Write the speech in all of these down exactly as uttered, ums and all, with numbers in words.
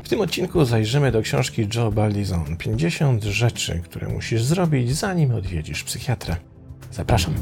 tym odcinku zajrzymy do książki Joe Baldizon. pięćdziesiąt rzeczy, które musisz zrobić, zanim odwiedzisz psychiatrę. Zapraszam.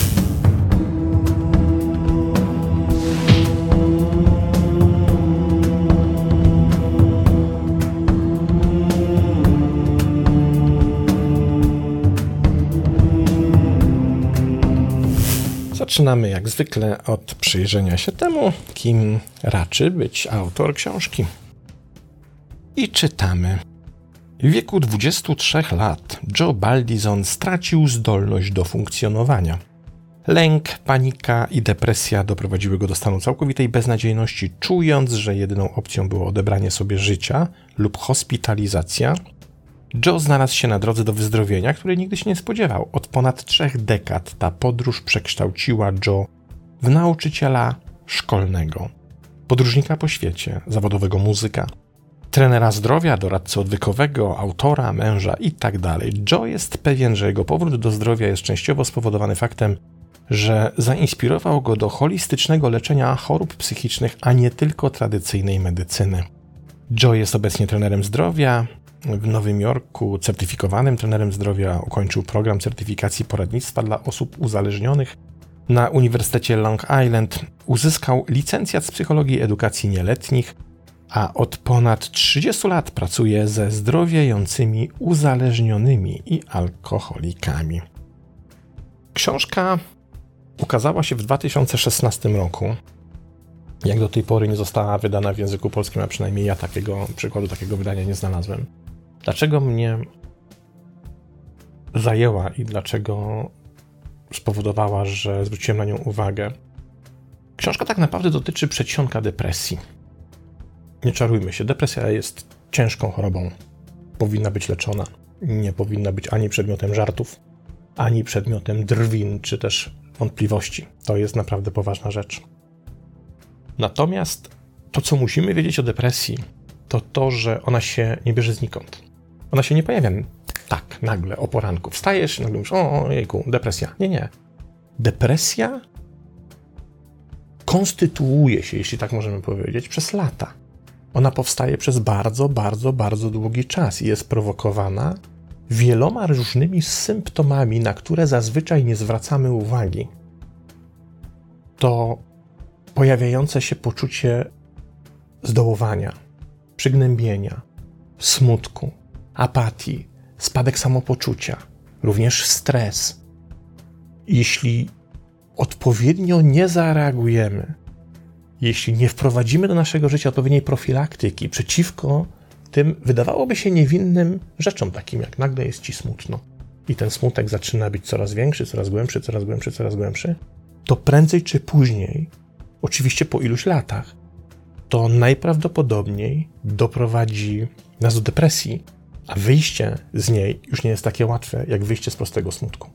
Zaczynamy jak zwykle od przyjrzenia się temu, kim raczy być autor książki. I czytamy. W wieku dwudziestu trzech lat Joe Baldizon stracił zdolność do funkcjonowania. Lęk, panika i depresja doprowadziły go do stanu całkowitej beznadziejności, czując, że jedyną opcją było odebranie sobie życia lub hospitalizacja. Joe znalazł się na drodze do wyzdrowienia, której nigdy się nie spodziewał. Od ponad trzech dekad ta podróż przekształciła Joe w nauczyciela szkolnego, podróżnika po świecie, zawodowego muzyka, trenera zdrowia, doradcy odwykowego, autora, męża itd. Joe jest pewien, że jego powrót do zdrowia jest częściowo spowodowany faktem, że zainspirował go do holistycznego leczenia chorób psychicznych, a nie tylko tradycyjnej medycyny. Joe jest obecnie trenerem zdrowia w Nowym Jorku, certyfikowanym trenerem zdrowia, ukończył program certyfikacji poradnictwa dla osób uzależnionych na Uniwersytecie Long Island, uzyskał licencjat z psychologii edukacji nieletnich, a od ponad trzydziestu lat pracuje ze zdrowiejącymi uzależnionymi i alkoholikami. Książka ukazała się w dwa tysiące szesnastym roku. Jak do tej pory nie została wydana w języku polskim, a przynajmniej ja takiego przykładu, takiego wydania nie znalazłem. Dlaczego mnie zajęła i dlaczego spowodowała, że zwróciłem na nią uwagę? Książka tak naprawdę dotyczy przedsionka depresji. Nie czarujmy się, depresja jest ciężką chorobą. Powinna być leczona. Nie powinna być ani przedmiotem żartów, ani przedmiotem drwin, czy też wątpliwości. To jest naprawdę poważna rzecz. Natomiast to, co musimy wiedzieć o depresji, to to, że ona się nie bierze znikąd. Ona się nie pojawia tak nagle o poranku. Wstajesz i nagle mówisz, o jejku, depresja. Nie, nie. Depresja konstytuuje się, jeśli tak możemy powiedzieć, przez lata. Ona powstaje przez bardzo, bardzo, bardzo długi czas i jest prowokowana wieloma różnymi symptomami, na które zazwyczaj nie zwracamy uwagi. To pojawiające się poczucie zdołowania, przygnębienia, smutku, apatii, spadek samopoczucia, również stres. Jeśli odpowiednio nie zareagujemy, jeśli nie wprowadzimy do naszego życia odpowiedniej profilaktyki przeciwko tym, wydawałoby się niewinnym rzeczom, takim jak nagle jest ci smutno i ten smutek zaczyna być coraz większy, coraz głębszy, coraz głębszy, coraz głębszy, to prędzej czy później, oczywiście po iluś latach, to najprawdopodobniej doprowadzi nas do depresji, a wyjście z niej już nie jest takie łatwe, jak wyjście z prostego smutku.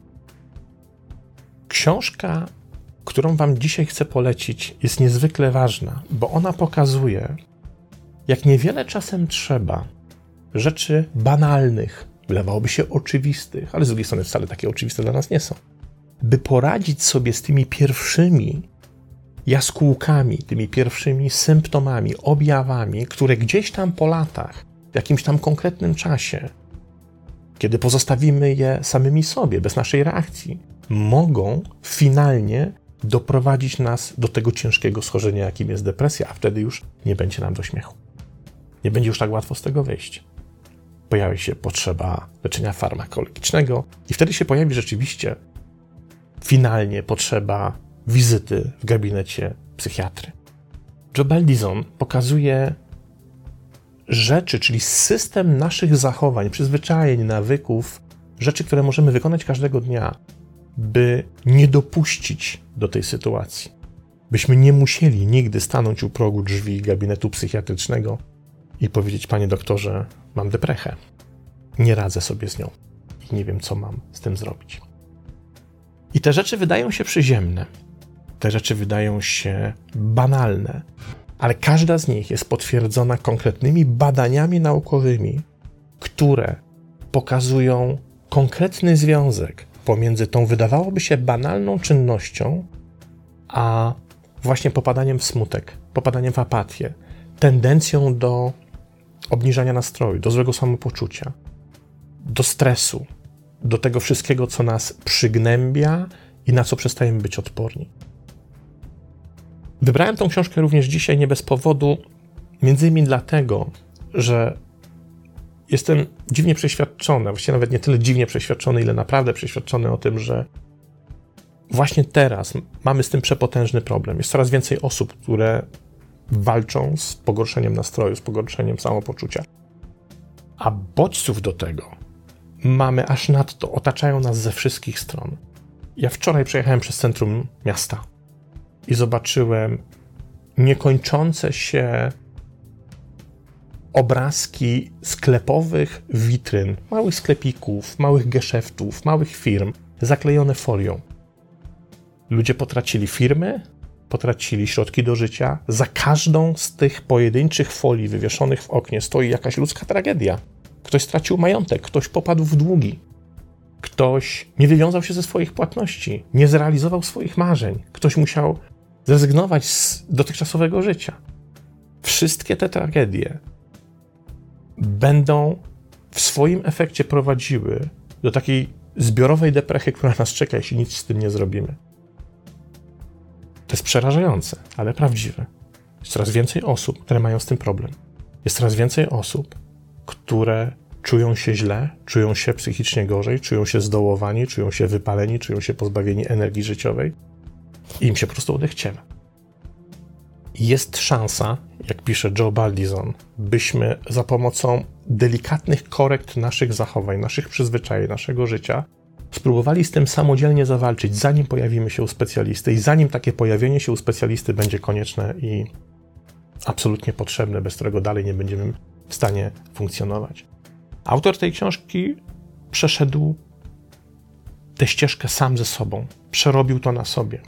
Książka, którą wam dzisiaj chcę polecić, jest niezwykle ważna, bo ona pokazuje, jak niewiele czasem trzeba rzeczy banalnych, wydawałoby się oczywistych, ale z drugiej strony wcale takie oczywiste dla nas nie są, by poradzić sobie z tymi pierwszymi jaskółkami, tymi pierwszymi symptomami, objawami, które gdzieś tam po latach, w jakimś tam konkretnym czasie, kiedy pozostawimy je samymi sobie, bez naszej reakcji, mogą finalnie doprowadzić nas do tego ciężkiego schorzenia, jakim jest depresja, a wtedy już nie będzie nam do śmiechu. Nie będzie już tak łatwo z tego wyjść. Pojawi się potrzeba leczenia farmakologicznego i wtedy się pojawi rzeczywiście finalnie potrzeba wizyty w gabinecie psychiatry. Joe Baldizon pokazuje rzeczy, czyli system naszych zachowań, przyzwyczajeń, nawyków, rzeczy, które możemy wykonać każdego dnia, by nie dopuścić do tej sytuacji. Byśmy nie musieli nigdy stanąć u progu drzwi gabinetu psychiatrycznego i powiedzieć, panie doktorze, mam deprechę, nie radzę sobie z nią i nie wiem, co mam z tym zrobić. I te rzeczy wydają się przyziemne, te rzeczy wydają się banalne, ale każda z nich jest potwierdzona konkretnymi badaniami naukowymi, które pokazują konkretny związek pomiędzy tą, wydawałoby się, banalną czynnością, a właśnie popadaniem w smutek, popadaniem w apatię, tendencją do obniżania nastroju, do złego samopoczucia, do stresu, do tego wszystkiego, co nas przygnębia i na co przestajemy być odporni. Wybrałem tą książkę również dzisiaj nie bez powodu, między innymi dlatego, że jestem dziwnie przeświadczony, właściwie nawet nie tyle dziwnie przeświadczony, ile naprawdę przeświadczony o tym, że właśnie teraz mamy z tym przepotężny problem. Jest coraz więcej osób, które walczą z pogorszeniem nastroju, z pogorszeniem samopoczucia. A bodźców do tego mamy aż nadto, otaczają nas ze wszystkich stron. Ja wczoraj przejechałem przez centrum miasta i zobaczyłem niekończące się obrazki sklepowych witryn, małych sklepików, małych geszeftów, małych firm, zaklejone folią. Ludzie potracili firmy, potracili środki do życia. Za każdą z tych pojedynczych folii wywieszonych w oknie stoi jakaś ludzka tragedia. Ktoś stracił majątek, ktoś popadł w długi, ktoś nie wywiązał się ze swoich płatności, nie zrealizował swoich marzeń, ktoś musiał zrezygnować z dotychczasowego życia. Wszystkie te tragedie będą w swoim efekcie prowadziły do takiej zbiorowej depresji, która nas czeka, jeśli nic z tym nie zrobimy. To jest przerażające, ale prawdziwe. Jest coraz więcej osób, które mają z tym problem. Jest coraz więcej osób, które czują się źle, czują się psychicznie gorzej, czują się zdołowani, czują się wypaleni, czują się pozbawieni energii życiowej i im się po prostu odechciewa. Jest szansa, jak pisze Joe Baldizon, byśmy za pomocą delikatnych korekt naszych zachowań, naszych przyzwyczajeń, naszego życia spróbowali z tym samodzielnie zawalczyć, zanim pojawimy się u specjalisty i zanim takie pojawienie się u specjalisty będzie konieczne i absolutnie potrzebne, bez którego dalej nie będziemy w stanie funkcjonować. Autor tej książki przeszedł tę ścieżkę sam ze sobą, przerobił to na sobie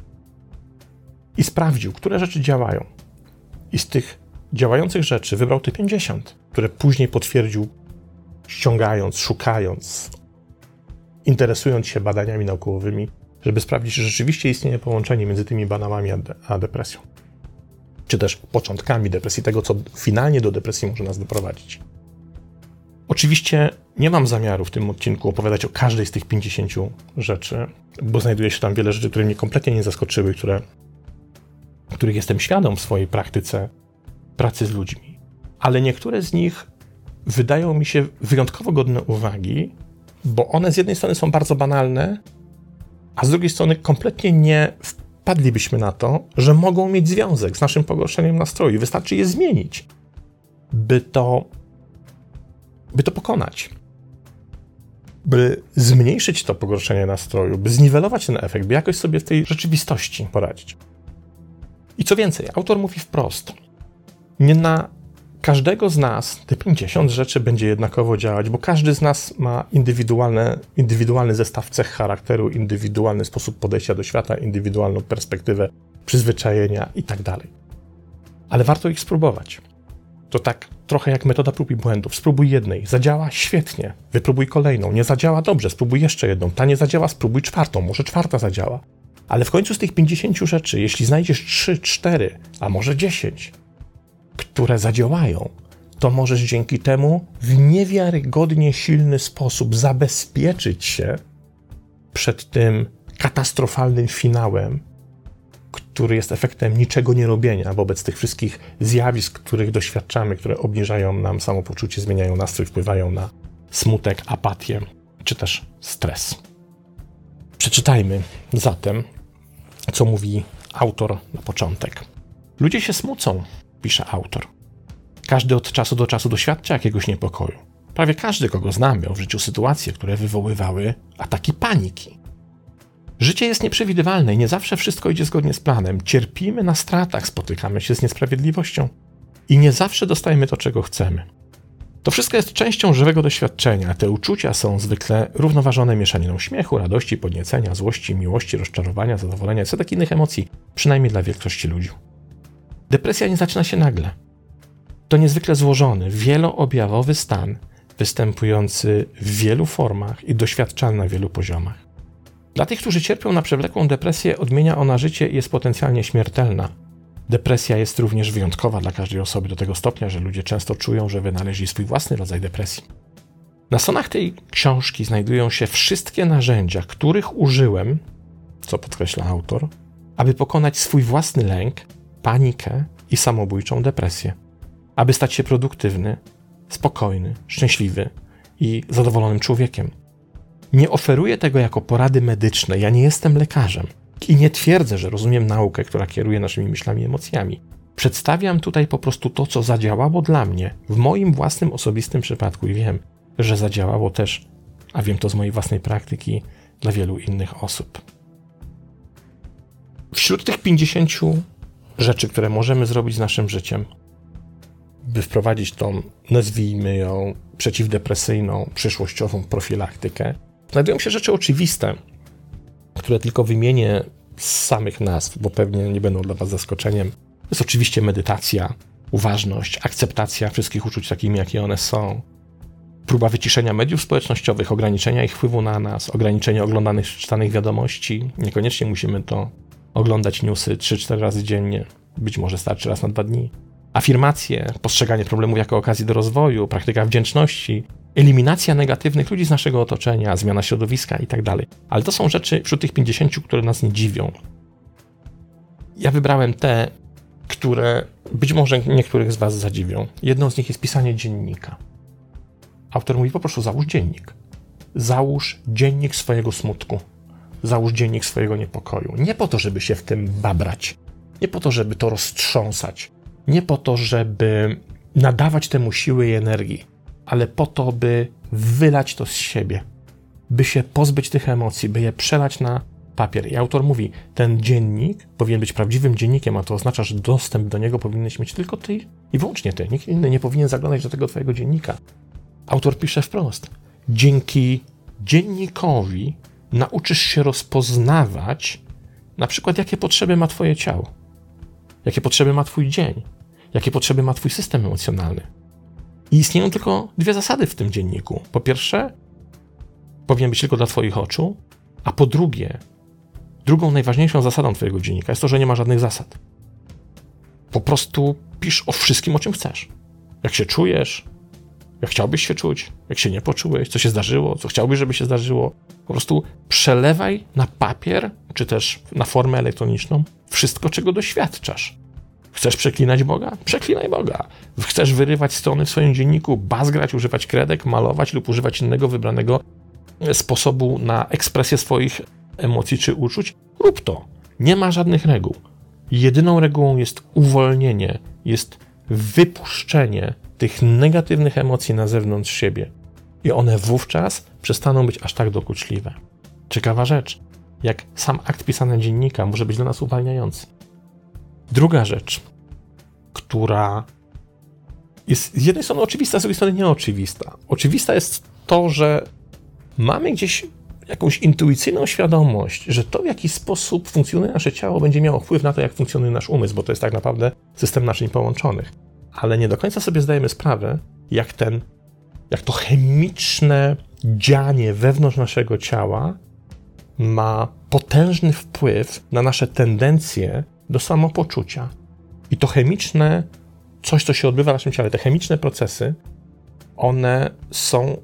i sprawdził, które rzeczy działają. I z tych działających rzeczy wybrał te pięćdziesiąt, które później potwierdził, ściągając, szukając, interesując się badaniami naukowymi, żeby sprawdzić, że rzeczywiście istnieje połączenie między tymi banałami a, de- a depresją. Czy też początkami depresji, tego, co finalnie do depresji może nas doprowadzić. Oczywiście nie mam zamiaru w tym odcinku opowiadać o każdej z tych pięćdziesięciu rzeczy, bo znajduje się tam wiele rzeczy, które mnie kompletnie nie zaskoczyły, które, których jestem świadom w swojej praktyce pracy z ludźmi. Ale niektóre z nich wydają mi się wyjątkowo godne uwagi, bo one z jednej strony są bardzo banalne, a z drugiej strony kompletnie nie wpadlibyśmy na to, że mogą mieć związek z naszym pogorszeniem nastroju. Wystarczy je zmienić, by to, by to pokonać. By zmniejszyć to pogorszenie nastroju, by zniwelować ten efekt, by jakoś sobie w tej rzeczywistości poradzić. I co więcej, autor mówi wprost, nie na każdego z nas te pięćdziesiąt rzeczy będzie jednakowo działać, bo każdy z nas ma indywidualne, indywidualny zestaw cech charakteru, indywidualny sposób podejścia do świata, indywidualną perspektywę, przyzwyczajenia i tak dalej. Ale warto ich spróbować. To tak trochę jak metoda prób i błędów. Spróbuj jednej, zadziała świetnie, wypróbuj kolejną, nie zadziała dobrze, spróbuj jeszcze jedną, ta nie zadziała, spróbuj czwartą, może czwarta zadziała. Ale w końcu z tych pięćdziesięciu rzeczy, jeśli znajdziesz trzy, cztery, a może dziesięć, które zadziałają, to możesz dzięki temu w niewiarygodnie silny sposób zabezpieczyć się przed tym katastrofalnym finałem, który jest efektem niczego nie robienia wobec tych wszystkich zjawisk, których doświadczamy, które obniżają nam samopoczucie, zmieniają nastrój, wpływają na smutek, apatię, czy też stres. Przeczytajmy zatem, co mówi autor na początek. Ludzie się smucą, pisze autor. Każdy od czasu do czasu doświadcza jakiegoś niepokoju. Prawie każdy, kogo znam, miał w życiu sytuacje, które wywoływały ataki paniki. Życie jest nieprzewidywalne i nie zawsze wszystko idzie zgodnie z planem. Cierpimy na stratach, spotykamy się z niesprawiedliwością i nie zawsze dostajemy to, czego chcemy. To wszystko jest częścią żywego doświadczenia. Te uczucia są zwykle równoważone mieszaniną śmiechu, radości, podniecenia, złości, miłości, rozczarowania, zadowolenia i setek innych emocji, przynajmniej dla większości ludzi. Depresja nie zaczyna się nagle. To niezwykle złożony, wieloobjawowy stan, występujący w wielu formach i doświadczalny na wielu poziomach. Dla tych, którzy cierpią na przewlekłą depresję, odmienia ona życie i jest potencjalnie śmiertelna. Depresja jest również wyjątkowa dla każdej osoby do tego stopnia, że ludzie często czują, że wynaleźli swój własny rodzaj depresji. Na stronach tej książki znajdują się wszystkie narzędzia, których użyłem, co podkreśla autor, aby pokonać swój własny lęk, panikę i samobójczą depresję. Aby stać się produktywny, spokojny, szczęśliwy i zadowolonym człowiekiem. Nie oferuję tego jako porady medyczne, ja nie jestem lekarzem i nie twierdzę, że rozumiem naukę, która kieruje naszymi myślami i emocjami. Przedstawiam tutaj po prostu to, co zadziałało dla mnie, w moim własnym osobistym przypadku i wiem, że zadziałało też, a wiem to z mojej własnej praktyki, dla wielu innych osób. Wśród tych pięćdziesięciu rzeczy, które możemy zrobić z naszym życiem, by wprowadzić tą, nazwijmy ją, przeciwdepresyjną, przyszłościową profilaktykę, znajdują się rzeczy oczywiste, które tylko wymienię z samych nazw, bo pewnie nie będą dla Was zaskoczeniem. To jest oczywiście medytacja, uważność, akceptacja wszystkich uczuć takimi, jakie one są, próba wyciszenia mediów społecznościowych, ograniczenia ich wpływu na nas, ograniczenie oglądanych czy czytanych wiadomości. Niekoniecznie musimy to oglądać newsy trzy cztery razy dziennie, być może starczy raz na dwa dni. Afirmacje, postrzeganie problemów jako okazji do rozwoju, praktyka wdzięczności, eliminacja negatywnych ludzi z naszego otoczenia, zmiana środowiska i tak dalej. Ale to są rzeczy wśród tych pięćdziesięciu, które nas nie dziwią. Ja wybrałem te, które być może niektórych z Was zadziwią. Jedną z nich jest pisanie dziennika. Autor mówi, po prostu załóż dziennik. Załóż dziennik swojego smutku. Załóż dziennik swojego niepokoju. Nie po to, żeby się w tym babrać. Nie po to, żeby to roztrząsać. Nie po to, żeby nadawać temu siły i energii, ale po to, by wylać to z siebie, by się pozbyć tych emocji, by je przelać na papier. I autor mówi, ten dziennik powinien być prawdziwym dziennikiem, a to oznacza, że dostęp do niego powinieneś mieć tylko ty i wyłącznie ty. Nikt inny nie powinien zaglądać do tego twojego dziennika. Autor pisze wprost, dzięki dziennikowi nauczysz się rozpoznawać na przykład, jakie potrzeby ma twoje ciało, jakie potrzeby ma twój dzień, jakie potrzeby ma twój system emocjonalny. I istnieją tylko dwie zasady w tym dzienniku. Po pierwsze, powinien być tylko dla twoich oczu, a po drugie, drugą najważniejszą zasadą twojego dziennika jest to, że nie ma żadnych zasad. Po prostu pisz o wszystkim, o czym chcesz. Jak się czujesz, jak chciałbyś się czuć, jak się nie poczułeś, co się zdarzyło, co chciałbyś, żeby się zdarzyło. Po prostu przelewaj na papier, czy też na formę elektroniczną wszystko, czego doświadczasz. Chcesz przeklinać Boga? Przeklinaj Boga. Chcesz wyrywać strony w swoim dzienniku, bazgrać, używać kredek, malować lub używać innego wybranego sposobu na ekspresję swoich emocji czy uczuć? Rób to. Nie ma żadnych reguł. Jedyną regułą jest uwolnienie, jest wypuszczenie tych negatywnych emocji na zewnątrz siebie. I one wówczas przestaną być aż tak dokuczliwe. Ciekawa rzecz, jak sam akt pisania dziennika może być dla nas uwalniający. Druga rzecz, która jest z jednej strony oczywista, z drugiej strony nieoczywista. Oczywista jest to, że mamy gdzieś jakąś intuicyjną świadomość, że to, w jaki sposób funkcjonuje nasze ciało, będzie miało wpływ na to, jak funkcjonuje nasz umysł, bo to jest tak naprawdę system naczyń połączonych. Ale nie do końca sobie zdajemy sprawę, jak ten, jak to chemiczne dzianie wewnątrz naszego ciała ma potężny wpływ na nasze tendencje do samopoczucia. I to chemiczne, coś, co się odbywa w naszym ciele, te chemiczne procesy, one są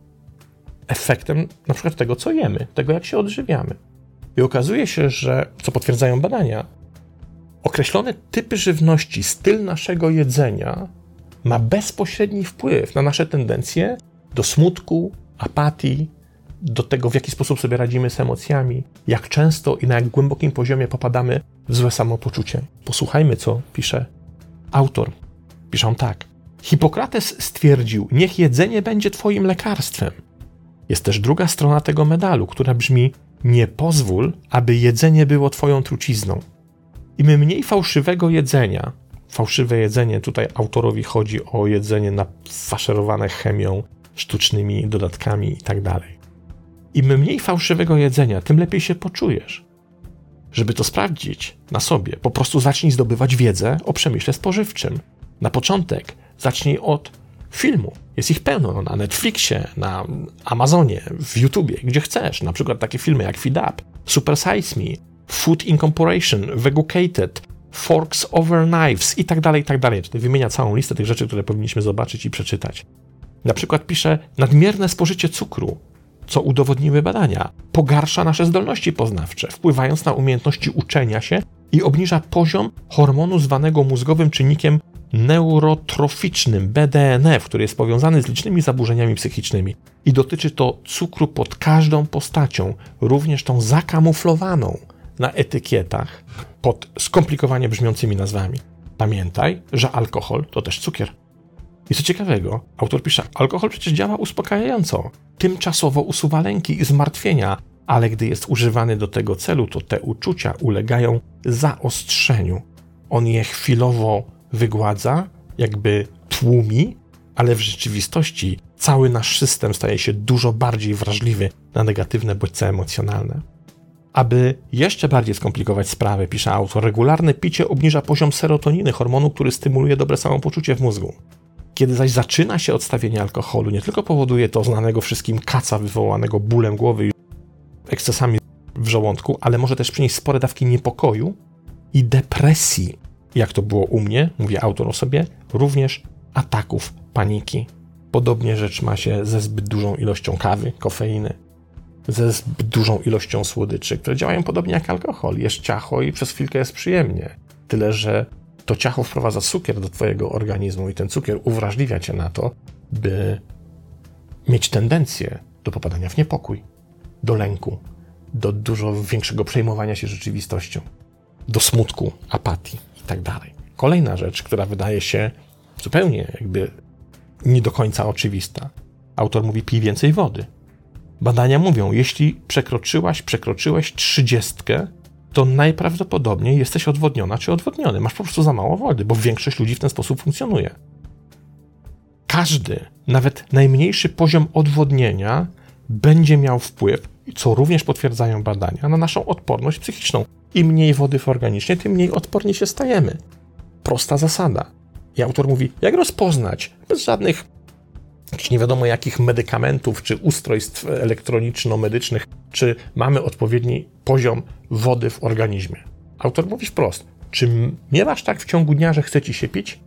efektem na przykład tego, co jemy, tego, jak się odżywiamy. I okazuje się, że, co potwierdzają badania, określone typy żywności, styl naszego jedzenia ma bezpośredni wpływ na nasze tendencje do smutku, apatii, do tego, w jaki sposób sobie radzimy z emocjami, jak często i na jak głębokim poziomie popadamy w złe samopoczucie. Posłuchajmy, co pisze autor. Pisze on tak. Hipokrates stwierdził, niech jedzenie będzie twoim lekarstwem. Jest też druga strona tego medalu, która brzmi, nie pozwól, aby jedzenie było twoją trucizną. Im mniej fałszywego jedzenia, fałszywe jedzenie, tutaj autorowi chodzi o jedzenie nafaszerowane chemią, sztucznymi dodatkami i tak dalej. Im mniej fałszywego jedzenia, tym lepiej się poczujesz. Żeby to sprawdzić na sobie, po prostu zacznij zdobywać wiedzę o przemyśle spożywczym. Na początek zacznij od filmu. Jest ich pełno na Netflixie, na Amazonie, w YouTubie, gdzie chcesz. Na przykład takie filmy jak Feed Up, Super Size Me, Food Incorporation, Vegucated, forks over knives i tak dalej, i tak dalej. Tutaj wymienia całą listę tych rzeczy, które powinniśmy zobaczyć i przeczytać. Na przykład pisze, nadmierne spożycie cukru, co udowodniły badania, pogarsza nasze zdolności poznawcze, wpływając na umiejętności uczenia się i obniża poziom hormonu zwanego mózgowym czynnikiem neurotroficznym, B D N F, który jest powiązany z licznymi zaburzeniami psychicznymi. I dotyczy to cukru pod każdą postacią, również tą zakamuflowaną na etykietach pod skomplikowanie brzmiącymi nazwami. Pamiętaj, że alkohol to też cukier. I co ciekawego, autor pisze, alkohol przecież działa uspokajająco, tymczasowo usuwa lęki i zmartwienia, ale gdy jest używany do tego celu, to te uczucia ulegają zaostrzeniu. On je chwilowo wygładza, jakby tłumi, ale w rzeczywistości cały nasz system staje się dużo bardziej wrażliwy na negatywne bodźce emocjonalne. Aby jeszcze bardziej skomplikować sprawę, pisze autor, regularne picie obniża poziom serotoniny, hormonu, który stymuluje dobre samopoczucie w mózgu. Kiedy zaś zaczyna się odstawienie alkoholu, nie tylko powoduje to znanego wszystkim kaca wywołanego bólem głowy i ekscesami w żołądku, ale może też przynieść spore dawki niepokoju i depresji. Jak to było u mnie, mówi autor o sobie, również ataków paniki. Podobnie rzecz ma się ze zbyt dużą ilością kawy, kofeiny, ze zbyt dużą ilością słodyczy, które działają podobnie jak alkohol. Jesz ciacho i przez chwilkę jest przyjemnie. Tyle, że to ciacho wprowadza cukier do twojego organizmu i ten cukier uwrażliwia cię na to, by mieć tendencję do popadania w niepokój, do lęku, do dużo większego przejmowania się rzeczywistością, do smutku, apatii i tak dalej. Kolejna rzecz, która wydaje się zupełnie jakby nie do końca oczywista. Autor mówi, pij więcej wody. Badania mówią, jeśli przekroczyłaś, przekroczyłeś trzydziestkę, to najprawdopodobniej jesteś odwodniona czy odwodniony. Masz po prostu za mało wody, bo większość ludzi w ten sposób funkcjonuje. Każdy, nawet najmniejszy poziom odwodnienia będzie miał wpływ, co również potwierdzają badania, na naszą odporność psychiczną. Im mniej wody w organizmie, tym mniej odporni się stajemy. Prosta zasada. I autor mówi, jak rozpoznać, bez żadnych nie wiadomo jakich medykamentów, czy ustrojstw elektroniczno-medycznych, czy mamy odpowiedni poziom wody w organizmie. Autor mówi wprost, czy miewasz tak w ciągu dnia, że chce ci się pić?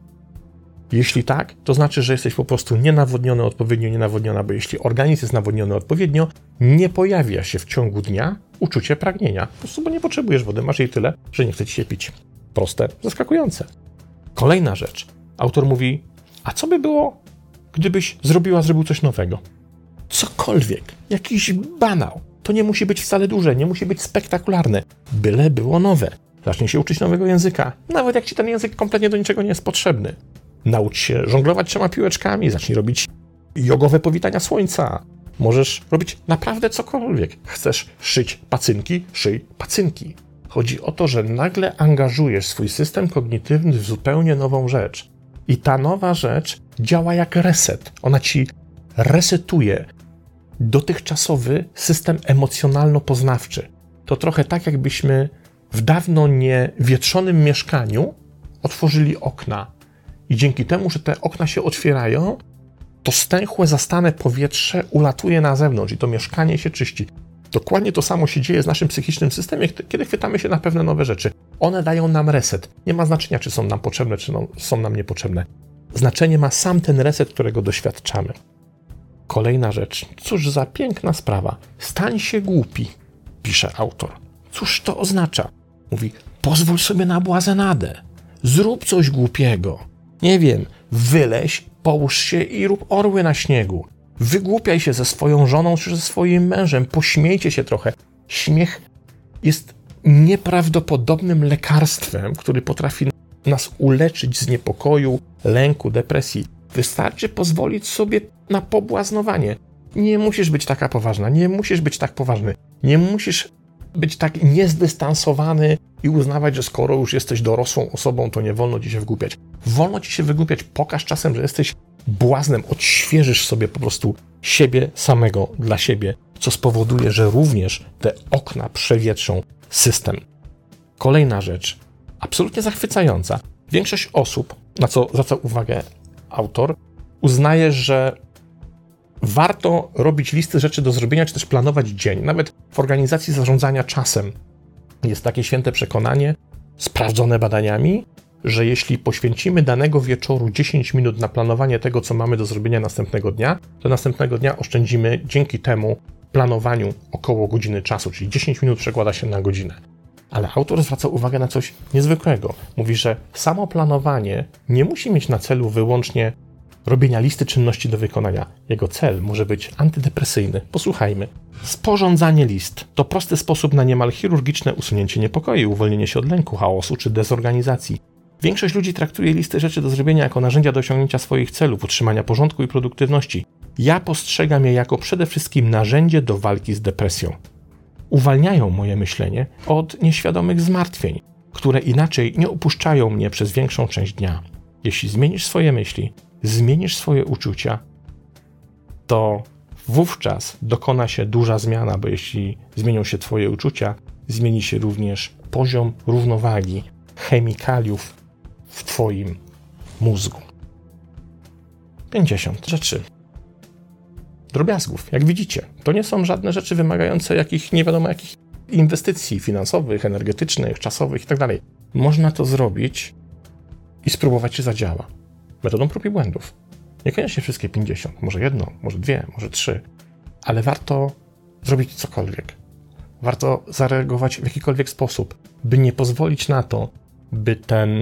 Jeśli tak, to znaczy, że jesteś po prostu nienawodniony, odpowiednio nienawodniona, bo jeśli organizm jest nawodniony odpowiednio, nie pojawia się w ciągu dnia uczucie pragnienia. Po prostu, bo nie potrzebujesz wody, masz jej tyle, że nie chce ci się pić. Proste, zaskakujące. Kolejna rzecz. Autor mówi, a co by było, gdybyś zrobiła, zrobił coś nowego? Cokolwiek, jakiś banał. To nie musi być wcale duże, nie musi być spektakularne. Byle było nowe. Zacznij się uczyć nowego języka. Nawet jak ci ten język kompletnie do niczego nie jest potrzebny. Naucz się żonglować trzema piłeczkami, zacznij robić jogowe powitania słońca. Możesz robić naprawdę cokolwiek. Chcesz szyć pacynki? Szyj pacynki. Chodzi o to, że nagle angażujesz swój system kognitywny w zupełnie nową rzecz. I ta nowa rzecz działa jak reset. Ona ci resetuje dotychczasowy system emocjonalno-poznawczy. To trochę tak, jakbyśmy w dawno niewietrzonym mieszkaniu otworzyli okna. I dzięki temu, że te okna się otwierają, to stęchłe, zastane powietrze ulatuje na zewnątrz i to mieszkanie się czyści. Dokładnie to samo się dzieje z naszym psychicznym systemem, kiedy chwytamy się na pewne nowe rzeczy. One dają nam reset. Nie ma znaczenia, czy są nam potrzebne, czy no, są nam niepotrzebne. Znaczenie ma sam ten reset, którego doświadczamy. Kolejna rzecz. Cóż za piękna sprawa. Stań się głupi, pisze autor. Cóż to oznacza? Mówi, pozwól sobie na błazenadę. Zrób coś głupiego. Nie wiem, wyleź, połóż się i rób orły na śniegu. Wygłupiaj się ze swoją żoną czy ze swoim mężem. Pośmiejcie się trochę. Śmiech jest nieprawdopodobnym lekarstwem, który potrafi nas uleczyć z niepokoju, lęku, depresji. Wystarczy pozwolić sobie na pobłaznowanie. Nie musisz być taka poważna, nie musisz być tak poważny, nie musisz być tak niezdystansowany i uznawać, że skoro już jesteś dorosłą osobą, to nie wolno ci się wygłupiać. Wolno ci się wygłupiać, pokaż czasem, że jesteś błaznem, odświeżysz sobie po prostu siebie samego dla siebie, co spowoduje, że również te okna przewietrzą system. Kolejna rzecz, absolutnie zachwycająca. Większość osób, na co zwraca uwagę autor, uznaje, że warto robić listy rzeczy do zrobienia, czy też planować dzień. Nawet w organizacji zarządzania czasem jest takie święte przekonanie, sprawdzone badaniami, że jeśli poświęcimy danego wieczoru dziesięć minut na planowanie tego, co mamy do zrobienia następnego dnia, to następnego dnia oszczędzimy dzięki temu planowaniu około godziny czasu, czyli dziesięć minut przekłada się na godzinę. Ale autor zwraca uwagę na coś niezwykłego. Mówi, że samo planowanie nie musi mieć na celu wyłącznie robienia listy czynności do wykonania. Jego cel może być antydepresyjny. Posłuchajmy. Sporządzanie list to prosty sposób na niemal chirurgiczne usunięcie niepokoju, uwolnienie się od lęku, chaosu czy dezorganizacji. Większość ludzi traktuje listy rzeczy do zrobienia jako narzędzia do osiągnięcia swoich celów, utrzymania porządku i produktywności. Ja postrzegam je jako przede wszystkim narzędzie do walki z depresją. Uwalniają moje myślenie od nieświadomych zmartwień, które inaczej nie opuszczają mnie przez większą część dnia. Jeśli zmienisz swoje myśli, zmienisz swoje uczucia, to wówczas dokona się duża zmiana, bo jeśli zmienią się twoje uczucia, zmieni się również poziom równowagi chemikaliów w twoim mózgu. pięćdziesiąt rzeczy. Drobiazgów. Jak widzicie, to nie są żadne rzeczy wymagające jakich nie wiadomo jakich inwestycji finansowych, energetycznych, czasowych itd. Można to zrobić i spróbować, czy zadziała. Metodą prób i błędów. Niekoniecznie wszystkie pięćdziesiąt, może jedno, może dwie, może trzy, ale warto zrobić cokolwiek. Warto zareagować w jakikolwiek sposób, by nie pozwolić na to, by ten,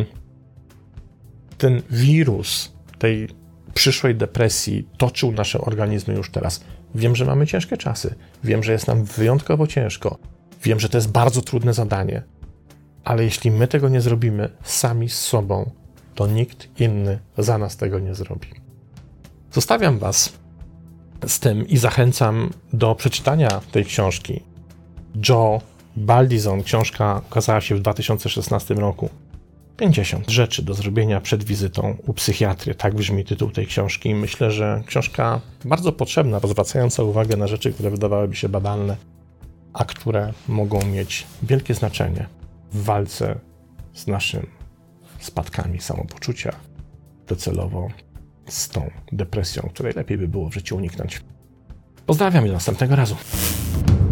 ten wirus tej przyszłej depresji toczył nasze organizmy już teraz. Wiem, że mamy ciężkie czasy. Wiem, że jest nam wyjątkowo ciężko. Wiem, że to jest bardzo trudne zadanie. Ale jeśli my tego nie zrobimy sami z sobą, to nikt inny za nas tego nie zrobi. Zostawiam was z tym i zachęcam do przeczytania tej książki. Joe Baldizon, książka ukazała się w dwa tysiące szesnastym roku. pięćdziesiąt rzeczy do zrobienia przed wizytą u psychiatry. Tak brzmi tytuł tej książki. Myślę, że książka bardzo potrzebna, zwracająca uwagę na rzeczy, które wydawałyby się banalne, a które mogą mieć wielkie znaczenie w walce z naszymi spadkami samopoczucia, docelowo z tą depresją, której lepiej by było w życiu uniknąć. Pozdrawiam i do następnego razu.